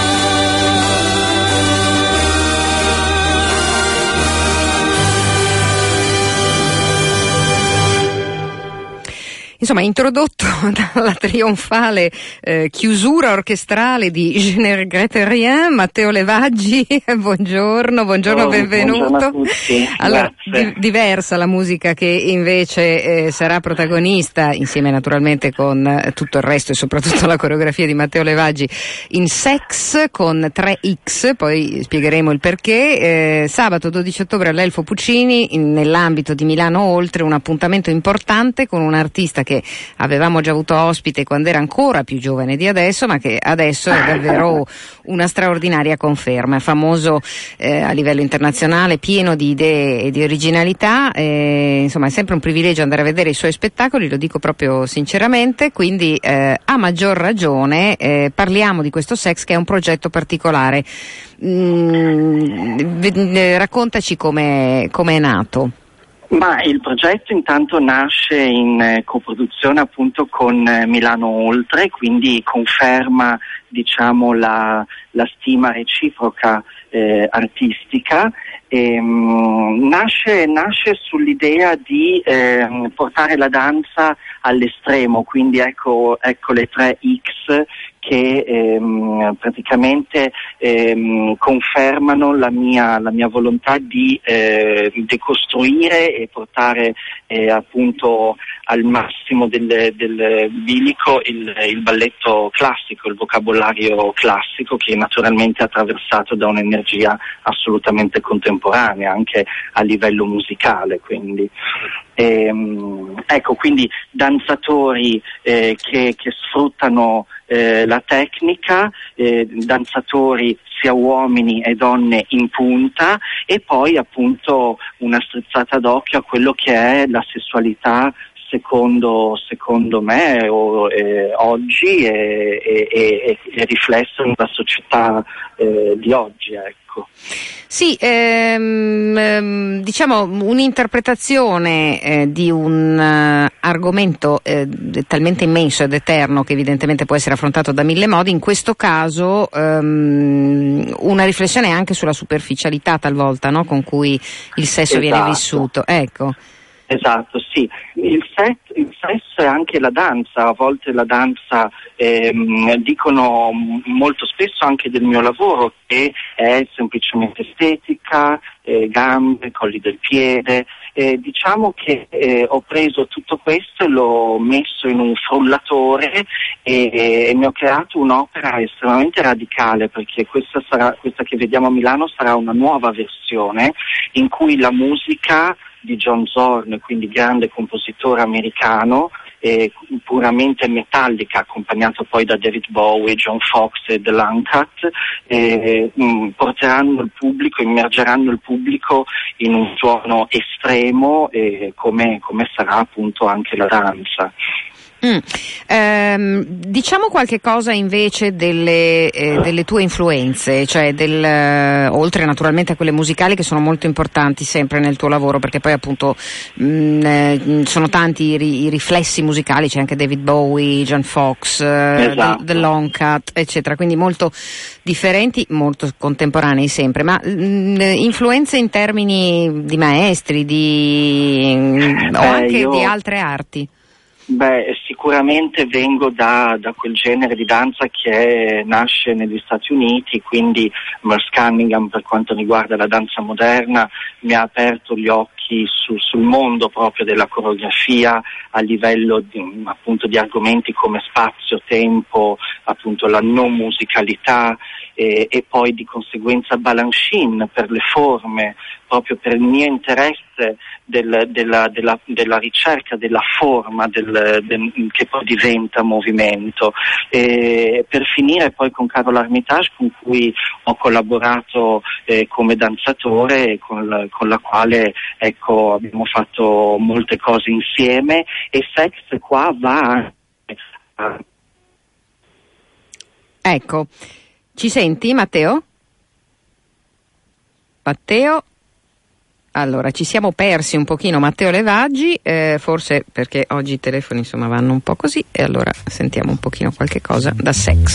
Insomma, introdotto dalla trionfale eh, chiusura orchestrale di Je ne regrette rien, Matteo Levaggi, buongiorno, buongiorno, oh, benvenuto. Buongiorno a tutti. Allora, di, diversa la musica che invece eh, sarà protagonista, insieme naturalmente con eh, tutto il resto e soprattutto la coreografia di Matteo Levaggi, in Sex con tre X, poi spiegheremo il perché. Eh, sabato dodici ottobre all'Elfo Puccini, in, nell'ambito di Milano Oltre, un appuntamento importante con un artista che che avevamo già avuto ospite quando era ancora più giovane di adesso, ma che adesso è davvero una straordinaria conferma. È famoso eh, a livello internazionale, pieno di idee e di originalità, e, insomma è sempre un privilegio andare a vedere i suoi spettacoli, lo dico proprio sinceramente, quindi eh, a maggior ragione eh, parliamo di questo Sex, che è un progetto particolare. Mm, raccontaci come è nato. Ma il progetto intanto nasce in eh, coproduzione appunto con eh, Milano Oltre, quindi conferma diciamo la, la stima reciproca eh, artistica. E, mh, nasce, nasce sull'idea di eh, portare la danza all'estremo, quindi ecco, ecco le tre X che ehm, praticamente ehm, confermano la mia, la mia volontà di eh, decostruire e portare eh, appunto al massimo del, del bilico il, il balletto classico, il vocabolario classico, che naturalmente è attraversato da un'energia assolutamente contemporanea anche a livello musicale, quindi ehm, ecco, quindi danzatori eh, che, che sfruttano eh, la tecnica, eh, danzatori sia uomini e donne in punta, e poi appunto una strizzata d'occhio a quello che è la sessualità secondo, secondo me o, eh, oggi e, e, e, e riflesso nella società eh, di oggi, ecco. Sì, ehm, ehm, diciamo un'interpretazione eh, di un uh, argomento eh, talmente immenso ed eterno che evidentemente può essere affrontato da mille modi, in questo caso ehm, una riflessione anche sulla superficialità talvolta, no? Con cui il sesso esatto. viene vissuto, ecco. Esatto, sì. Il, set, il sesso è anche la danza, a volte la danza, ehm, dicono molto spesso anche del mio lavoro che è semplicemente estetica, eh, gambe, colli del piede. Eh, diciamo che eh, ho preso tutto questo e l'ho messo in un frullatore e, e ne ho creato un'opera estremamente radicale, perché questa, sarà, questa che vediamo a Milano sarà una nuova versione in cui la musica di John Zorn, quindi grande compositore americano, eh, puramente metallica, accompagnato poi da David Bowie, John Fox e The Lancat, eh, mh, porteranno il pubblico, immergeranno il pubblico in un suono estremo, eh, come, come sarà appunto anche la danza. Mm. Ehm, diciamo qualche cosa invece delle, eh, delle tue influenze, cioè del, eh, oltre naturalmente a quelle musicali che sono molto importanti sempre nel tuo lavoro, perché poi appunto mh, eh, sono tanti i, ri, i riflessi musicali, c'è anche David Bowie, John Fox, eh, esatto. The, The Long Cut, eccetera, quindi molto differenti, molto contemporanei sempre, ma mh, influenze in termini di maestri, di, mh, o eh, anche io... di altre arti? Beh, sicuramente vengo da, da quel genere di danza che nasce negli Stati Uniti, quindi Merce Cunningham per quanto riguarda la danza moderna mi ha aperto gli occhi su, sul mondo proprio della coreografia a livello di, appunto di argomenti come spazio, tempo, appunto la non musicalità e, e poi di conseguenza Balanchine per le forme, proprio per il mio interesse del, della, della, della ricerca della forma del, del, che poi diventa movimento. E per finire poi con Carole Armitage, con cui ho collaborato eh, come danzatore e con la, con la quale ecco abbiamo fatto molte cose insieme, e Sex qua va a... Ecco, ci senti Matteo? Matteo? Allora, ci siamo persi un pochino Matteo Levaggi, eh, forse perché oggi i telefoni insomma vanno un po' così, e allora sentiamo un pochino qualche cosa da Sex.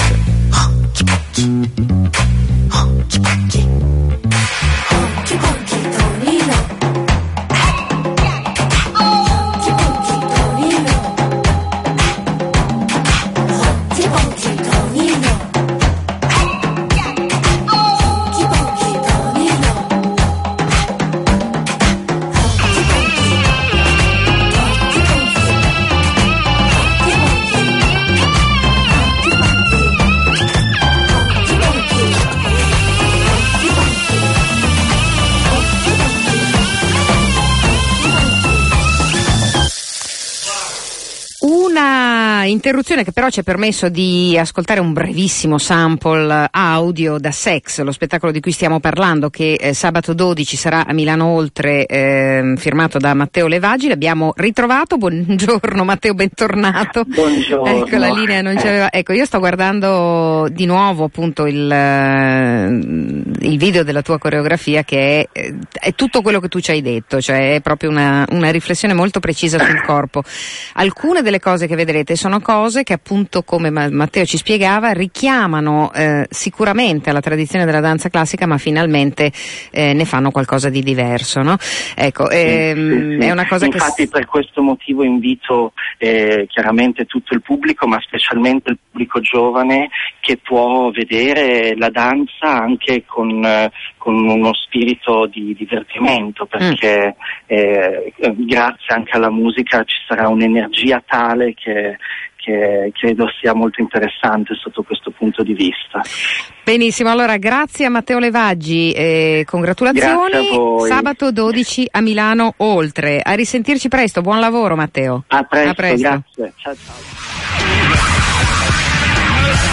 Interruzione che però ci ha permesso di ascoltare un brevissimo sample audio da Sex, lo spettacolo di cui stiamo parlando, che eh, sabato dodici sarà a Milano Oltre, eh, firmato da Matteo Levaggi. L'abbiamo ritrovato, buongiorno Matteo, bentornato. Buongiorno. Ecco, la linea non c'aveva. Ecco, io sto guardando di nuovo appunto il, il video della tua coreografia, che è, è tutto quello che tu ci hai detto, cioè è proprio una, una riflessione molto precisa sul corpo. Alcune delle cose che vedrete sono cose che appunto, come Matteo ci spiegava, richiamano eh, sicuramente alla tradizione della danza classica, ma finalmente eh, ne fanno qualcosa di diverso, no? Ecco, ehm, sì, sì, sì. È una cosa Infatti che... per questo motivo invito eh, chiaramente tutto il pubblico, ma specialmente il pubblico giovane, che può vedere la danza anche con, eh, con uno spirito di divertimento, perché mm. eh, grazie anche alla musica ci sarà un'energia tale che che credo sia molto interessante sotto questo punto di vista. Benissimo, allora grazie a Matteo Levaggi, eh, congratulazioni. Grazie a voi. Sabato dodici a Milano Oltre. A risentirci presto, buon lavoro Matteo. A presto, a presto. Grazie. Ciao ciao.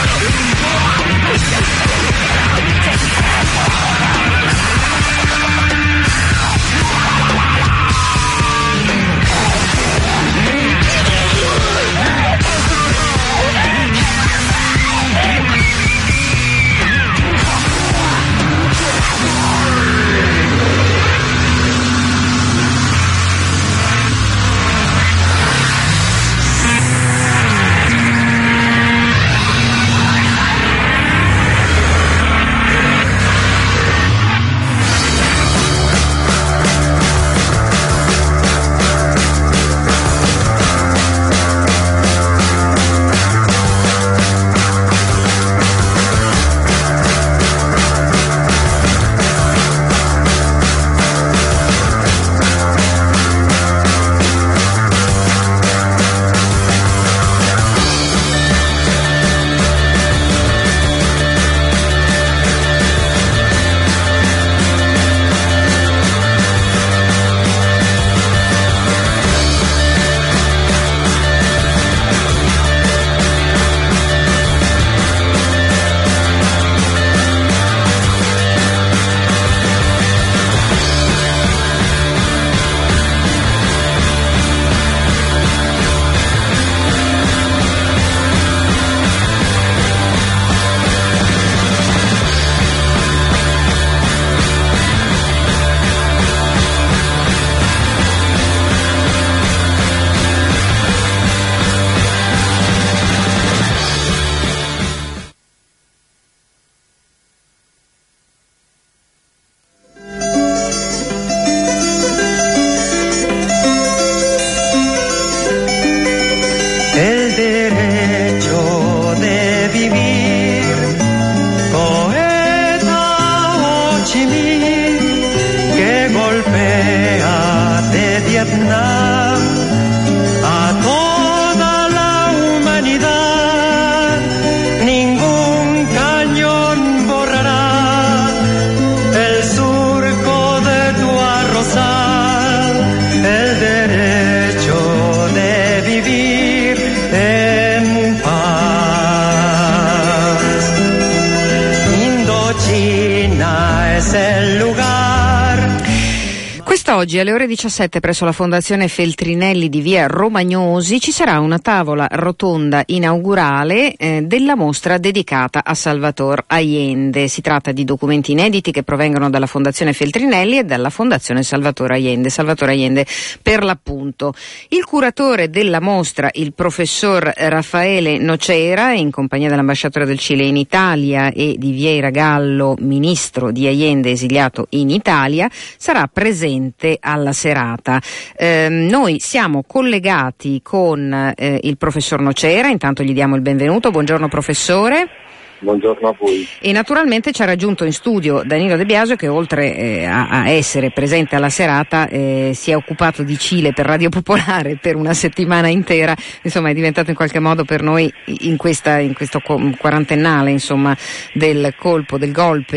Oggi alle ore diciassette presso la Fondazione Feltrinelli di via Romagnosi ci sarà una tavola rotonda inaugurale eh, della mostra dedicata a Salvador Allende. Si tratta di documenti inediti che provengono dalla Fondazione Feltrinelli e dalla Fondazione Salvador Allende, Salvatore Allende per l'appunto. Il curatore della mostra, il professor Raffaele Nocera, in compagnia dell'ambasciatore del Cile in Italia e di Vieira Gallo, ministro di Allende esiliato in Italia, sarà presente alla serata. Eh, noi siamo collegati con eh, il professor Nocera, intanto gli diamo il benvenuto. Buongiorno professore. Buongiorno a voi. E naturalmente ci ha raggiunto in studio Danilo De Biasio, che oltre eh, a, a essere presente alla serata eh, si è occupato di Cile per Radio Popolare per una settimana intera, insomma è diventato in qualche modo per noi in, questa, in questo quarantennale insomma del colpo, del golpe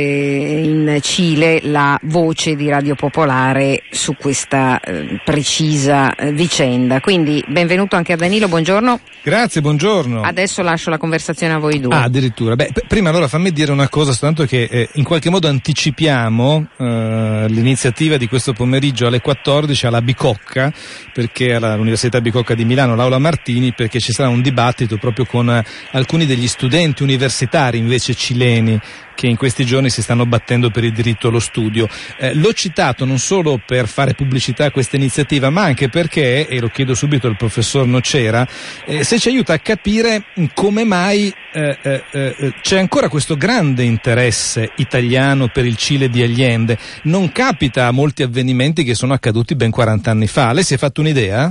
in Cile, la voce di Radio Popolare su questa eh, precisa eh, vicenda. Quindi benvenuto anche a Danilo, buongiorno. Grazie, buongiorno. Adesso lascio la conversazione a voi due. Ah, addirittura. Beh, p- prima allora fammi dire una cosa, soltanto che eh, in qualche modo anticipiamo eh, l'iniziativa di questo pomeriggio alle quattordici alla Bicocca, perché all'Università Bicocca di Milano, l'Aula Martini, perché ci sarà un dibattito proprio con eh, alcuni degli studenti universitari invece cileni che in questi giorni si stanno battendo per il diritto allo studio. Eh, l'ho citato non solo per fare pubblicità a questa iniziativa, ma anche perché, e lo chiedo subito al professor Nocera, eh, se ci aiuta a capire come mai eh, eh, eh, c'è ancora questo grande interesse italiano per il Cile di Allende. Non capita a molti avvenimenti che sono accaduti ben quaranta anni fa. Lei si è fatto un'idea?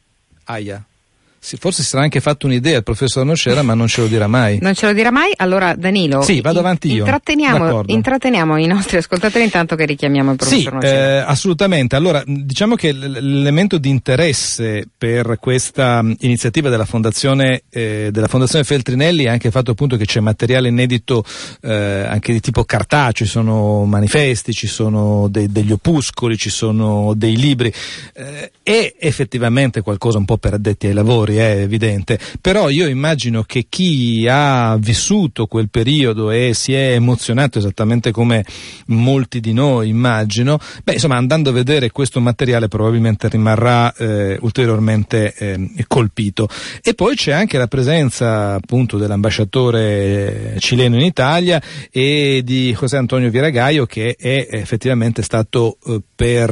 Aia. Forse si sarà anche fatto un'idea il professor Nocera, ma non ce lo dirà mai. Non ce lo dirà mai? Allora Danilo, sì, vado avanti io. Intratteniamo, intratteniamo i nostri ascoltatori intanto che richiamiamo il professor sì, Nocera. Eh, assolutamente. Allora, diciamo che l'elemento di interesse per questa iniziativa della Fondazione eh, della Fondazione Feltrinelli è anche il fatto appunto che c'è materiale inedito eh, anche di tipo cartaceo, ci sono manifesti, ci sono dei, degli opuscoli, ci sono dei libri, eh, è effettivamente qualcosa un po' per addetti ai lavori. noi, è evidente, però io immagino che chi ha vissuto quel periodo e si è emozionato esattamente come molti di noi, immagino, beh, insomma, andando a vedere questo materiale probabilmente rimarrà eh, ulteriormente eh, colpito. E poi c'è anche la presenza appunto dell'ambasciatore cileno in Italia e di José Antonio Viragayo, che è effettivamente stato eh, per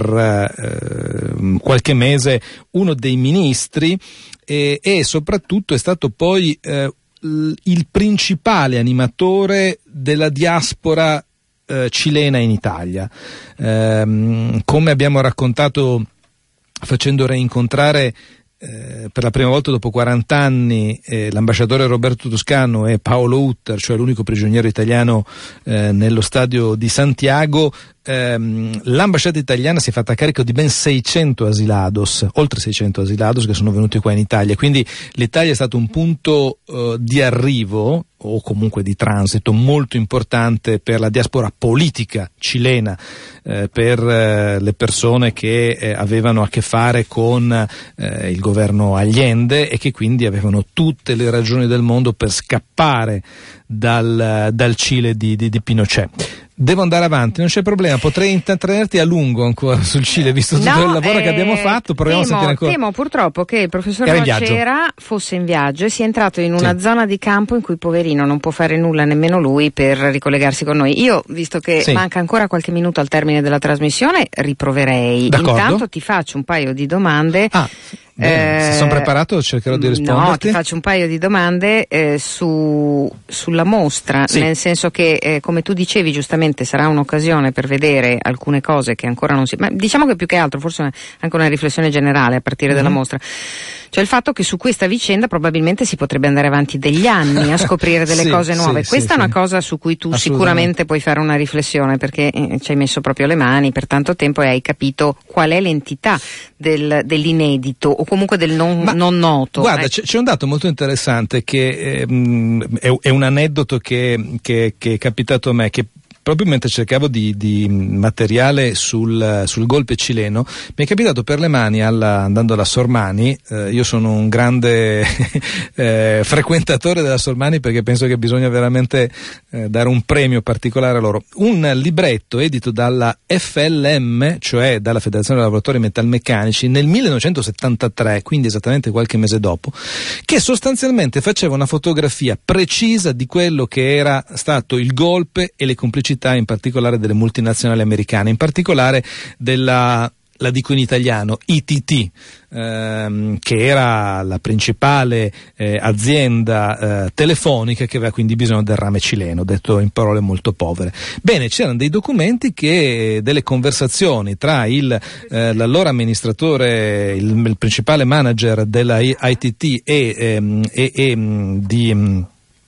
eh, qualche mese uno dei ministri e, e soprattutto è stato poi eh, il principale animatore della diaspora eh, cilena in Italia. Eh, come abbiamo raccontato facendo reincontrare Eh, per la prima volta dopo quaranta anni eh, l'ambasciatore Roberto Toscano e Paolo Utter, cioè l'unico prigioniero italiano eh, nello stadio di Santiago, ehm, l'ambasciata italiana si è fatta carico di ben seicento asilados, oltre seicento asilados che sono venuti qua in Italia, quindi l'Italia è stato un punto eh, di arrivo o comunque di transito molto importante per la diaspora politica cilena, eh, per eh, le persone che eh, avevano a che fare con eh, il governo Allende e che quindi avevano tutte le ragioni del mondo per scappare dal, dal Cile di, di, di Pinochet. Devo andare avanti, non c'è problema, potrei intrattenerti a lungo ancora sul Cile, visto tutto no, il lavoro eh, che abbiamo fatto, proviamo temo, a sentire ancora. Temo purtroppo che il professor Era in Nocera fosse in viaggio e sia entrato in una Sì. zona di campo in cui poverino non può fare nulla nemmeno lui per ricollegarsi con noi. Io, visto che Sì. manca ancora qualche minuto al termine della trasmissione, riproverei. D'accordo. Intanto ti faccio un paio di domande. Ah, bene, Eh, se sono preparato cercherò di risponderti. No, ti faccio un paio di domande eh, su, sulla mostra, Sì. nel senso che eh, come tu dicevi giustamente sarà un'occasione per vedere alcune cose che ancora non si... ma diciamo che più che altro forse anche una riflessione generale a partire Mm-hmm. dalla mostra. Cioè il fatto che su questa vicenda probabilmente si potrebbe andare avanti degli anni a scoprire delle Sì, cose nuove. sì, Questa sì, è una sì. cosa su cui tu Assolutamente. sicuramente puoi fare una riflessione perché eh, ci hai messo proprio le mani per tanto tempo e hai capito qual è l'entità del, dell'inedito o comunque del non, Ma, non noto. Guarda, eh. c'è, c'è un dato molto interessante che eh, mh, è, è un aneddoto che, che, che è capitato a me, che proprio mentre cercavo di, di materiale sul, sul golpe cileno, mi è capitato per le mani alla, andando alla Sormani, eh, io sono un grande eh, frequentatore della Sormani perché penso che bisogna veramente eh, dare un premio particolare a loro, un libretto edito dalla F L M, cioè dalla Federazione dei Lavoratori Metalmeccanici, nel millenovecentosettantatré, quindi esattamente qualche mese dopo, che sostanzialmente faceva una fotografia precisa di quello che era stato il golpe e le complicità in particolare delle multinazionali americane, in particolare della, la dico in italiano, I T T, ehm, che era la principale eh, azienda eh, telefonica che aveva quindi bisogno del rame cileno, detto in parole molto povere. Bene, c'erano dei documenti che, delle conversazioni tra il, eh, l'allora amministratore, il, il principale manager della I T T e, ehm, e, e di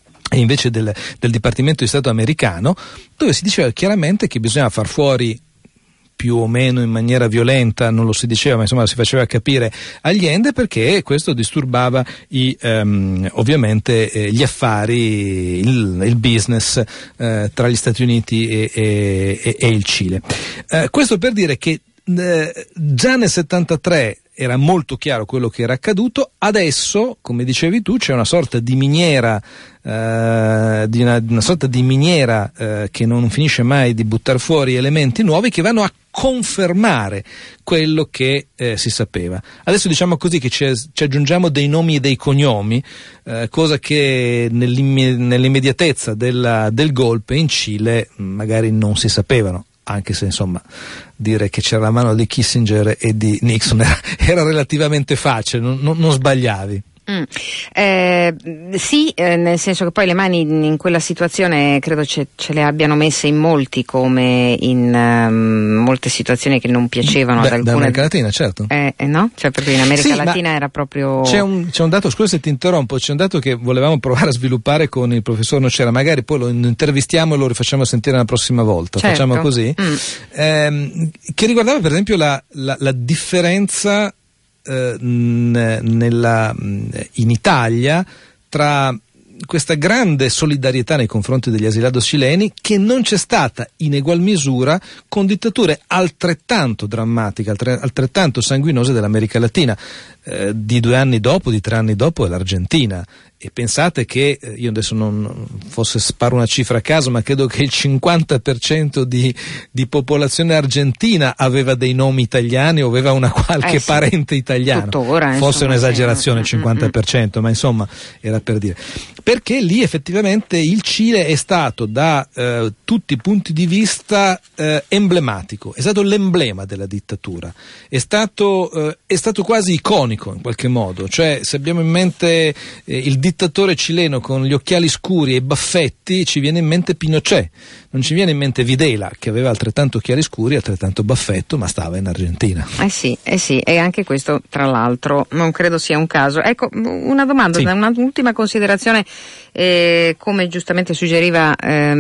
e invece del, del Dipartimento di Stato americano, dove si diceva chiaramente che bisognava far fuori più o meno in maniera violenta, non lo si diceva, ma insomma si faceva capire agli Ende perché questo disturbava i, um, ovviamente eh, gli affari, il, il business eh, tra gli Stati Uniti e, e, e il Cile. Eh, questo per dire che eh, già nel settantatré era molto chiaro quello che era accaduto, adesso, come dicevi tu, c'è una sorta di miniera, eh, di una, una sorta di miniera eh, che non finisce mai di buttare fuori elementi nuovi che vanno a confermare quello che eh, si sapeva. Adesso diciamo così che ci, ci aggiungiamo dei nomi e dei cognomi, eh, cosa che nell'imme, nell'immediatezza della, del golpe in Cile magari non si sapevano. Anche se insomma dire che c'era la mano di Kissinger e di Nixon era, era relativamente facile, non, non, non sbagliavi. Mm. Eh, sì, eh, nel senso che poi le mani in quella situazione credo ce, ce le abbiano messe in molti, come in um, molte situazioni che non piacevano Beh, ad alcune. D'America Latina, certo. Eh, eh, no? Cioè proprio in America Sì, Latina era proprio. C'è un, c'è un dato, scusa se ti interrompo, c'è un dato che volevamo provare a sviluppare con il professor Nocera, magari poi lo intervistiamo e lo rifacciamo sentire la prossima volta. Certo. Facciamo così? Mm. Ehm, che riguardava per esempio la, la, la differenza nella, in Italia tra questa grande solidarietà nei confronti degli asilados cileni, che non c'è stata in egual misura con dittature altrettanto drammatiche, altrettanto sanguinose dell'America Latina. Eh, di due anni dopo, di tre anni dopo è l'Argentina. E pensate che, eh, io adesso non forse sparo una cifra a caso, ma credo che il cinquanta per cento di, di popolazione argentina aveva dei nomi italiani o aveva una qualche eh sì, parente italiano. Tuttora, forse insomma, un'esagerazione, sì. il cinquanta per cento, ma insomma era per dire. Perché lì effettivamente il Cile è stato da eh, tutti i punti di vista eh, emblematico, è stato l'emblema della dittatura, è stato, eh, è stato quasi iconico in qualche modo, cioè se abbiamo in mente eh, il dittatore cileno con gli occhiali scuri e i baffetti, ci viene in mente Pinochet, non ci viene in mente Videla, che aveva altrettanto occhiali scuri, altrettanto baffetto, ma stava in Argentina. Eh sì, eh sì, e anche questo tra l'altro non credo sia un caso. Ecco, una domanda, sì. un'ultima considerazione, eh, come giustamente suggeriva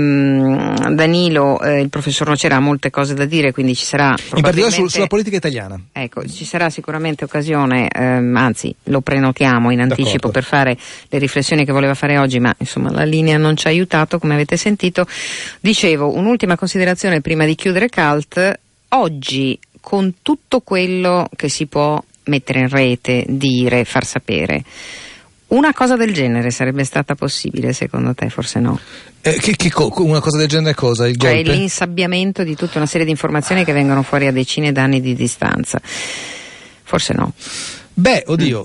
ehm, Danilo, eh, il professor Nocera ha molte cose da dire, quindi ci sarà probabilmente... In particolare sul, sulla politica italiana. Ecco, ci sarà sicuramente occasione, ehm, anzi lo prenotiamo in anticipo D'accordo. per fare le riflessioni che voleva fare oggi, ma insomma la linea non ci ha aiutato, come avete sentito. Dicevo, un'ultima considerazione prima di chiudere Cult. Oggi, con tutto quello che si può mettere in rete, dire, far sapere, una cosa del genere sarebbe stata possibile secondo te? Forse no. Eh, che, che co- una cosa del genere cosa? Il cioè golpe? L'insabbiamento di tutta una serie di informazioni che vengono fuori a decine d'anni di distanza. Forse no. Beh, oddio,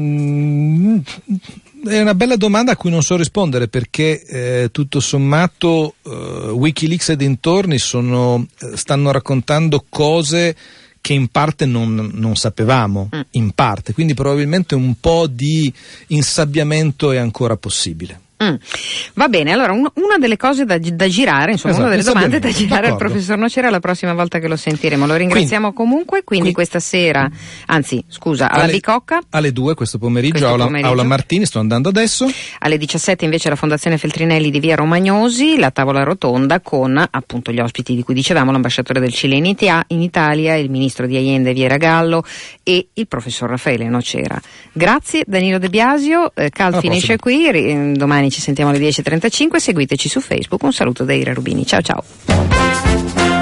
mm, è una bella domanda a cui non so rispondere, perché eh, tutto sommato eh, Wikileaks e dintorni sono, stanno raccontando cose che in parte non, non sapevamo, mm. in parte, quindi probabilmente un po' di insabbiamento è ancora possibile. Mm. Va bene, allora un, una delle cose da, da girare, insomma, esatto, una delle domande da girare d'accordo. al professor Nocera la prossima volta che lo sentiremo. Lo ringraziamo quindi, comunque, quindi, quindi questa sera, anzi scusa, alla alle, Bicocca alle due questo pomeriggio, questo aula, pomeriggio. aula Martini, sto andando adesso. Alle diciassette invece la Fondazione Feltrinelli di via Romagnosi, la tavola rotonda con appunto gli ospiti di cui dicevamo, l'ambasciatore del Cile in, Ita- in Italia, il ministro di Allende Viera Gallo e il professor Raffaele Nocera. Grazie Danilo De Biasio, eh, Cal finisce qui, ri- domani ci sentiamo alle dieci e trentacinque, seguiteci su Facebook, un saluto da Ira Rubini, ciao ciao.